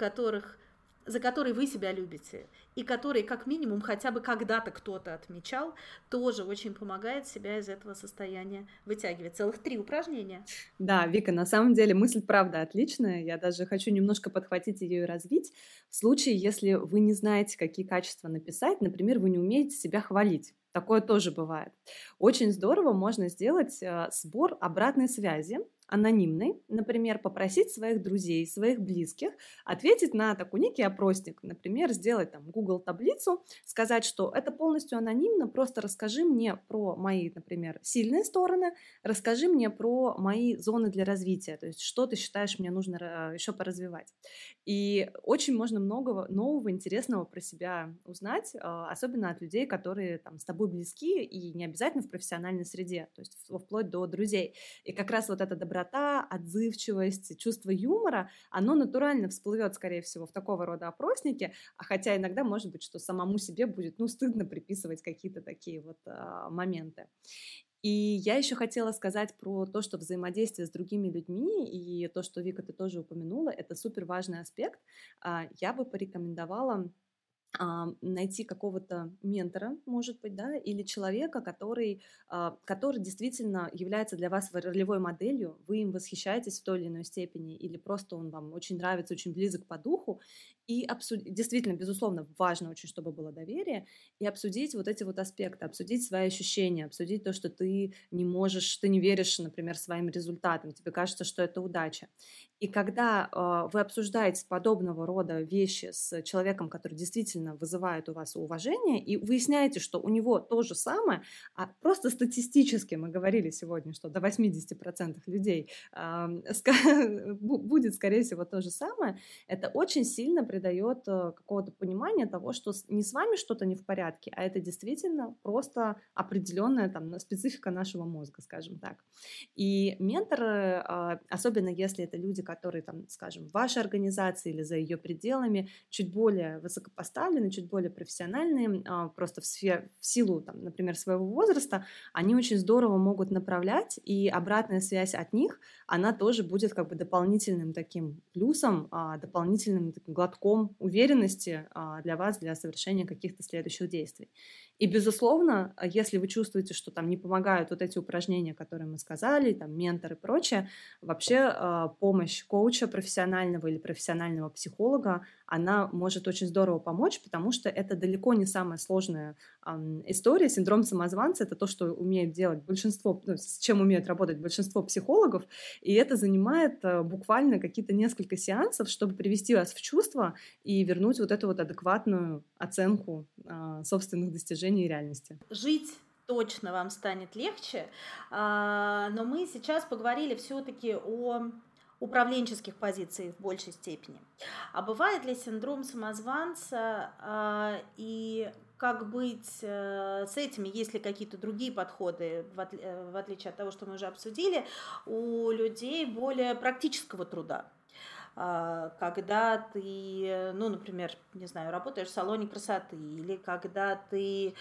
за которые вы себя любите, и которые, как минимум, хотя бы когда-то кто-то отмечал, тоже очень помогает себя из этого состояния вытягивать. Целых 3 упражнения. Да, Вика, на самом деле мысль правда отличная. Я даже хочу немножко подхватить ее и развить. В случае, если вы не знаете, какие качества написать, например, вы не умеете себя хвалить. Такое тоже бывает. Очень здорово можно сделать сбор обратной связи, анонимный, например, попросить своих друзей, своих близких ответить на такой некий опросник, например, сделать там Google таблицу, сказать, что это полностью анонимно, просто расскажи мне про мои, например, сильные стороны, расскажи мне про мои зоны для развития, то есть что ты считаешь мне нужно еще поразвивать. И очень можно много нового, интересного про себя узнать, особенно от людей, которые там с тобой близки и не обязательно в профессиональной среде, то есть вплоть до друзей. И как раз вот эта доброта, отзывчивость, чувство юмора, оно натурально всплывет, скорее всего, в такого рода опроснике, а хотя иногда может быть, что самому себе будет, стыдно приписывать какие-то такие вот моменты. И я еще хотела сказать про то, что взаимодействие с другими людьми, и то, что, Вика, ты тоже упомянула, это супер важный аспект. Я бы порекомендовала найти какого-то ментора, может быть, да, или человека, который действительно является для вас ролевой моделью, вы им восхищаетесь в той или иной степени, или просто он вам очень нравится, очень близок по духу, и действительно, безусловно, важно очень, чтобы было доверие, и обсудить вот эти вот аспекты, обсудить свои ощущения, обсудить то, что ты не можешь, ты не веришь, например, своим результатам, тебе кажется, что это удача. И когда вы обсуждаете подобного рода вещи с человеком, который действительно вызывает у вас уважение, и выясняете, что у него то же самое, а просто статистически мы говорили сегодня, что до 80% людей будет, скорее всего, то же самое, это очень сильно придает какого-то понимания того, что не с вами что-то не в порядке, а это действительно просто определенная там специфика нашего мозга, скажем так. И менторы, особенно если это люди, которые там, скажем, в вашей организации или за ее пределами, чуть более высокопоставленные, чуть более профессиональные, просто в силу, там, например, своего возраста, они очень здорово могут направлять, и обратная связь от них, она тоже будет как бы дополнительным таким плюсом, дополнительным таким глотком уверенности для вас, для совершения каких-то следующих действий. И, безусловно, если вы чувствуете, что там не помогают вот эти упражнения, которые мы сказали, там, ментор и прочее, вообще помощь коуча профессионального или профессионального психолога, она может очень здорово помочь, потому что это далеко не самая сложная история. Синдром самозванца — это то, что умеют делать большинство, с чем умеют работать большинство психологов, и это занимает буквально какие-то несколько сеансов, чтобы привести вас в чувство и вернуть вот эту вот адекватную оценку собственных достижений и реальности. Жить точно вам станет легче, но мы сейчас поговорили все-таки о управленческих позициях в большей степени. А бывает ли синдром самозванца и как быть с этими, есть ли какие-то другие подходы, в отличие от того, что мы уже обсудили, у людей более практического труда? Когда ты, например, не знаю, работаешь в салоне красоты, или когда ты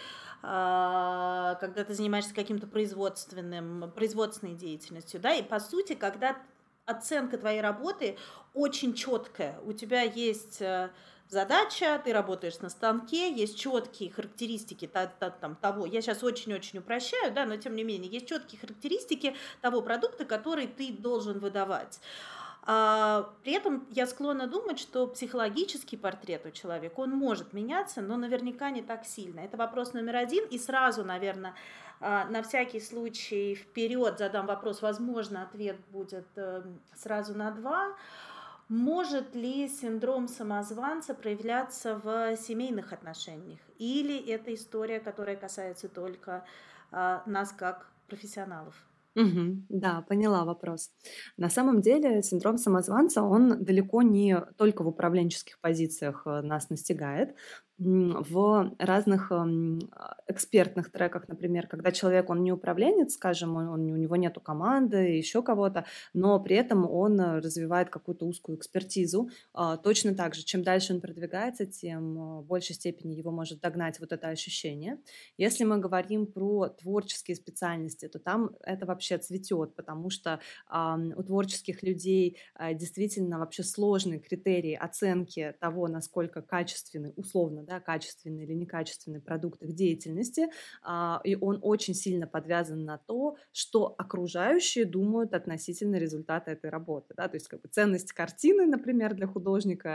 занимаешься каким-то производственной деятельностью, да, и по сути, когда оценка твоей работы очень четкая, у тебя есть задача, ты работаешь на станке, есть четкие характеристики того, я сейчас очень-очень упрощаю, да, но тем не менее, есть четкие характеристики того продукта, который ты должен выдавать. При этом я склонна думать, что психологический портрет у человека, он может меняться, но наверняка не так сильно. Это вопрос номер 1. И сразу, наверное, на всякий случай вперед задам вопрос, возможно, ответ будет сразу на 2. Может ли синдром самозванца проявляться в семейных отношениях? Или это история, которая касается только нас как профессионалов? Да, поняла вопрос. На самом деле синдром самозванца, он далеко не только в управленческих позициях нас настигает. В разных экспертных треках, например, когда человек, он не управленец, скажем, у него нету команды, еще кого-то, но при этом он развивает какую-то узкую экспертизу. Точно так же, чем дальше он продвигается, тем в большей степени его может догнать вот это ощущение. Если мы говорим про творческие специальности, то там это вообще цветет, потому что у творческих людей действительно вообще сложные критерии оценки того, насколько качественный, условно, да, качественный или некачественный продукт их деятельности, и он очень сильно подвязан на то, что окружающие думают относительно результата этой работы. Да? То есть как бы ценность картины, например, для художника,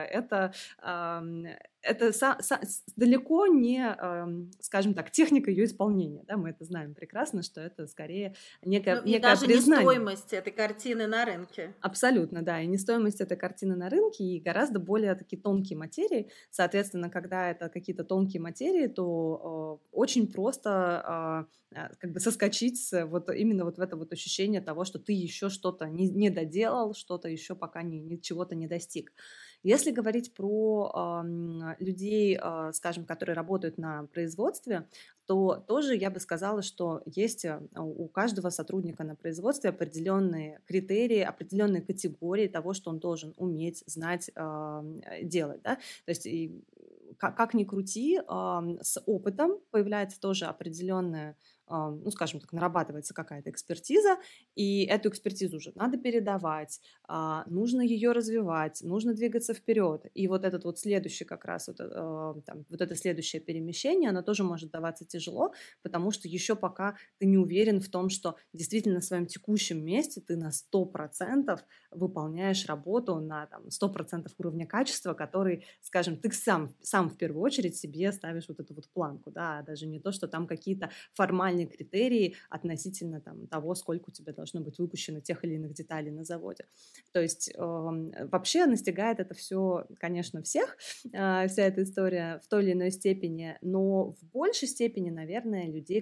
это далеко не, скажем так, техника ее исполнения. Да? Мы это знаем прекрасно, что это скорее некое И даже не признание. стоимость этой картины на рынке. Абсолютно, да, и не стоимость этой картины на рынке, и гораздо более такие тонкие материи. Соответственно, когда это какие-то тонкие материи, то очень просто как бы соскочить именно вот в это вот ощущение того, что ты еще что-то не доделал, что-то еще пока чего-то не достиг. Если говорить про людей, скажем, которые работают на производстве, то тоже я бы сказала, что есть у каждого сотрудника на производстве определенные критерии, определенные категории того, что он должен уметь, знать, делать. Да? То есть как ни крути, с опытом появляется тоже определенная, ну, скажем так, нарабатывается какая-то экспертиза, и эту экспертизу уже надо передавать, нужно ее развивать, нужно двигаться вперед. И вот этот вот следующий как раз, вот это следующее перемещение, оно тоже может даваться тяжело, потому что еще пока ты не уверен в том, что действительно на своем текущем месте ты на 100% выполняешь работу на 100% уровня качества, который, скажем, ты сам в первую очередь себе ставишь вот эту вот планку, да, даже не то, что там какие-то формальные критерии относительно того, сколько у тебя должно быть выпущено тех или иных деталей на заводе. То есть вообще настигает это все, конечно, всех, вся эта история в той или иной степени, но в большей степени, наверное, людей,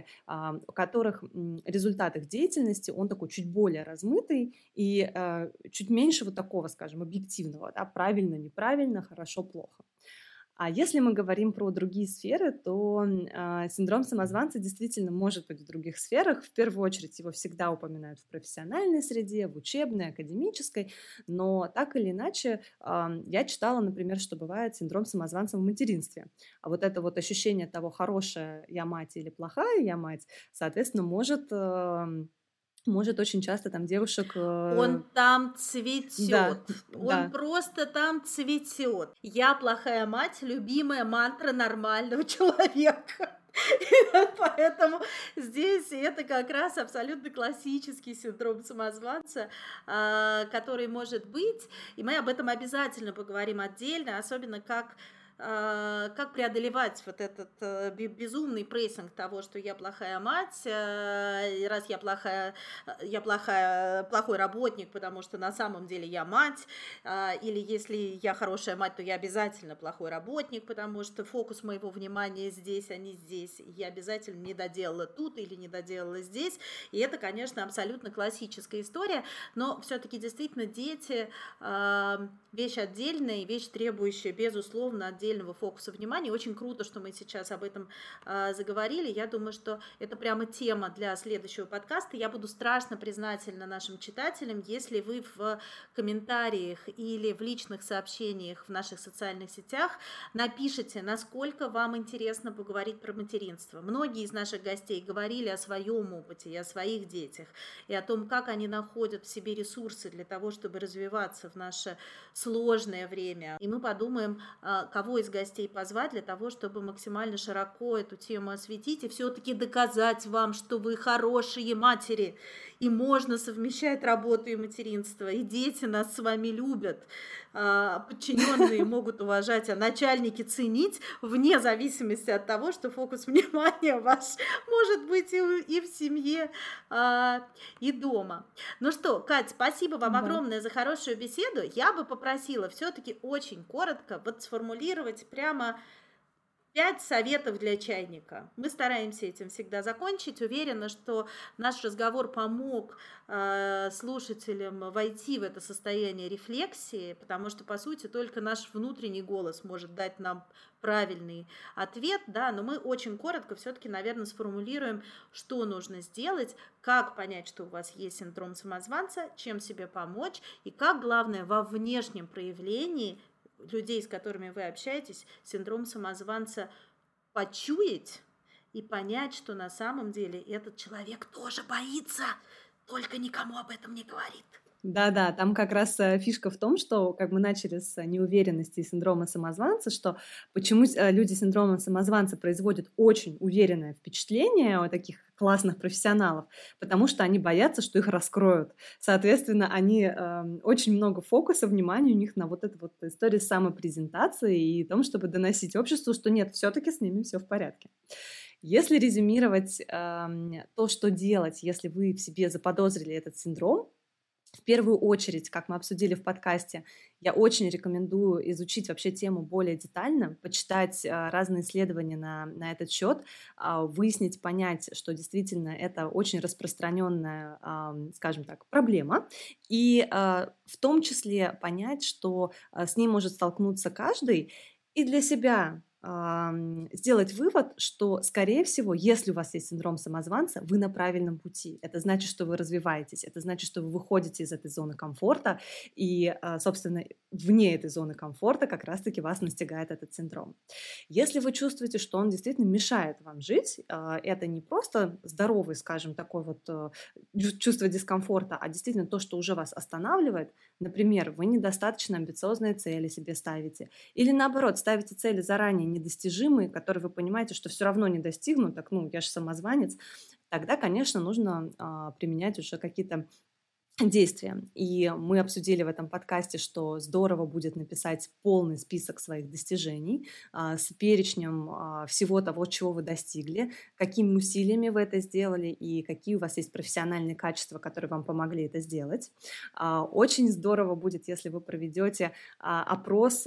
у которых результат их деятельности, он такой чуть более размытый и чуть меньше вот такого, скажем, объективного, да, правильно, неправильно, хорошо, плохо. А если мы говорим про другие сферы, то синдром самозванца действительно может быть в других сферах. В первую очередь его всегда упоминают в профессиональной среде, в учебной, академической, но так или иначе я читала, например, что бывает синдром самозванца в материнстве. А вот это вот ощущение того, хорошая я мать или плохая я мать, соответственно, может очень часто там девушек... Он там цветет. Да, Он да. просто там цветет. Я плохая мать, любимая мантра нормального человека. Поэтому здесь это как раз абсолютно классический синдром самозванца, который может быть. И мы об этом обязательно поговорим отдельно, особенно как преодолевать вот этот безумный прессинг того, что я плохая мать, и раз я плохой работник, потому что на самом деле я мать, или если я хорошая мать, то я обязательно плохой работник, потому что фокус моего внимания здесь, а не здесь. Я обязательно не доделала тут или не доделала здесь. И это, конечно, абсолютно классическая история, но все-таки действительно дети вещь отдельная, вещь, требующая, безусловно, отдельного фокуса внимания. Очень круто, что мы сейчас об этом заговорили. Я думаю, что это прямо тема для следующего подкаста. Я буду страшно признательна нашим читателям, если вы в комментариях или в личных сообщениях в наших социальных сетях напишите, насколько вам интересно поговорить про материнство. Многие из наших гостей говорили о своем опыте и о своих детях, и о том, как они находят в себе ресурсы для того, чтобы развиваться в наше сложное время. И мы подумаем, кого из гостей позвать для того, чтобы максимально широко эту тему осветить и все-таки доказать вам, что вы хорошие матери, и можно совмещать работу и материнство, и дети нас с вами любят, подчиненные могут уважать, а начальники ценить, вне зависимости от того, что фокус внимания ваш может быть и в семье, и дома. Ну что, Кать, спасибо вам огромное за хорошую беседу. Я бы попросила все-таки очень коротко вот сформулировать прямо 5 советов для чайника. Мы стараемся этим всегда закончить. Уверена, что наш разговор помог слушателям войти в это состояние рефлексии, потому что, по сути, только наш внутренний голос может дать нам правильный ответ, да, но мы очень коротко все-таки, наверное, сформулируем, что нужно сделать, как понять, что у вас есть синдром самозванца, чем себе помочь и как, главное, во внешнем проявлении людей, с которыми вы общаетесь, синдром самозванца почуять и понять, что на самом деле этот человек тоже боится, только никому об этом не говорит. Да-да, там как раз фишка в том, что как мы начали с неуверенности и синдрома самозванца, что почему люди с синдромом самозванца производят очень уверенное впечатление о таких классных профессионалов, потому что они боятся, что их раскроют. Соответственно, они очень много фокуса, внимания у них на вот этой вот истории самопрезентации и том, чтобы доносить обществу, что нет, все-таки с ними все в порядке. Если резюмировать то, что делать, если вы в себе заподозрили этот синдром, в первую очередь, как мы обсудили в подкасте, я очень рекомендую изучить вообще тему более детально, почитать разные исследования на этот счет, выяснить, понять, что действительно это очень распространенная, скажем так, проблема, и в том числе понять, что с ней может столкнуться каждый, и для себя сделать вывод, что, скорее всего, если у вас есть синдром самозванца, вы на правильном пути. Это значит, что вы развиваетесь, это значит, что вы выходите из этой зоны комфорта, и, собственно, вне этой зоны комфорта как раз-таки вас настигает этот синдром. Если вы чувствуете, что он действительно мешает вам жить, это не просто здоровый, скажем, такой вот чувство дискомфорта, а действительно то, что уже вас останавливает. Например, вы недостаточно амбициозные цели себе ставите, или наоборот, ставите цели заранее недостижимые, которые вы понимаете, что все равно не достигну, так, я же самозванец, тогда, конечно, нужно применять уже какие-то действия. И мы обсудили в этом подкасте, что здорово будет написать полный список своих достижений с перечнем всего того, чего вы достигли, какими усилиями вы это сделали и какие у вас есть профессиональные качества, которые вам помогли это сделать. Очень здорово будет, если вы проведете опрос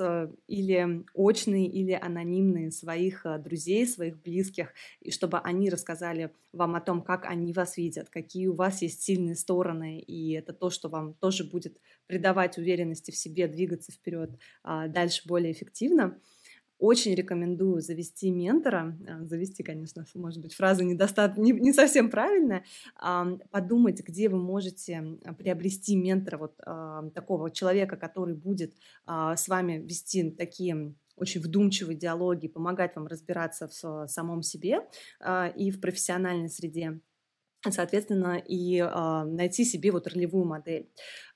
или очный, или анонимный своих друзей, своих близких, и чтобы они рассказали вам о том, как они вас видят, какие у вас есть сильные стороны, и это то, что вам тоже будет придавать уверенности в себе, двигаться вперед дальше более эффективно. Очень рекомендую завести ментора. Завести, конечно, может быть, фраза не совсем правильная. Подумать, где вы можете приобрести ментора, вот такого человека, который будет с вами вести такие очень вдумчивые диалоги, помогать вам разбираться в самом себе и в профессиональной среде. Соответственно, и найти себе вот ролевую модель.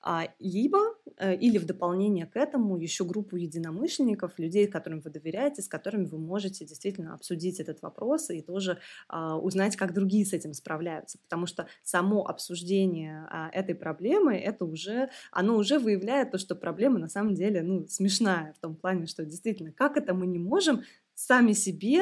Либо, или в дополнение к этому, еще группу единомышленников, людей, которым вы доверяете, с которыми вы можете действительно обсудить этот вопрос и тоже узнать, как другие с этим справляются. Потому что само обсуждение этой проблемы, оно уже выявляет то, что проблема на самом деле смешная, в том плане, что действительно, как это мы не можем сами себе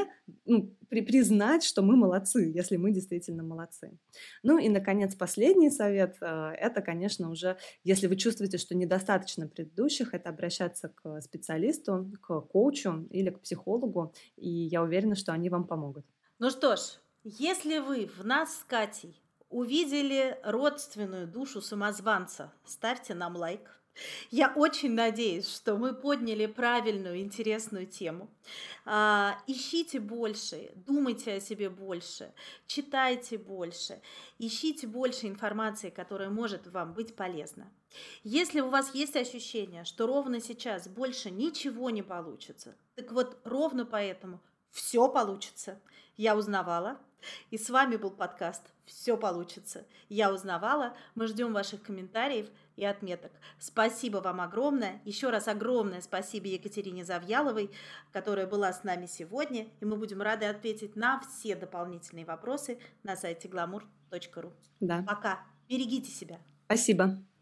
признать, что мы молодцы, если мы действительно молодцы. Ну и, наконец, последний совет – это, конечно, уже, если вы чувствуете, что недостаточно предыдущих, это обращаться к специалисту, к коучу или к психологу, и я уверена, что они вам помогут. Ну что ж, если вы в нас с Катей увидели родственную душу самозванца, ставьте нам лайк. Я очень надеюсь, что мы подняли правильную, интересную тему. Ищите больше, думайте о себе больше, читайте больше, ищите больше информации, которая может вам быть полезна. Если у вас есть ощущение, что ровно сейчас больше ничего не получится, так вот ровно поэтому все получится. Я узнавала. И с вами был подкаст «Все получится». Я узнавала. Мы ждем ваших комментариев и отметок. Спасибо вам огромное. Еще раз огромное спасибо Екатерине Завьяловой, которая была с нами сегодня. И мы будем рады ответить на все дополнительные вопросы на сайте glamour.ru. Да. Пока. Берегите себя. Спасибо.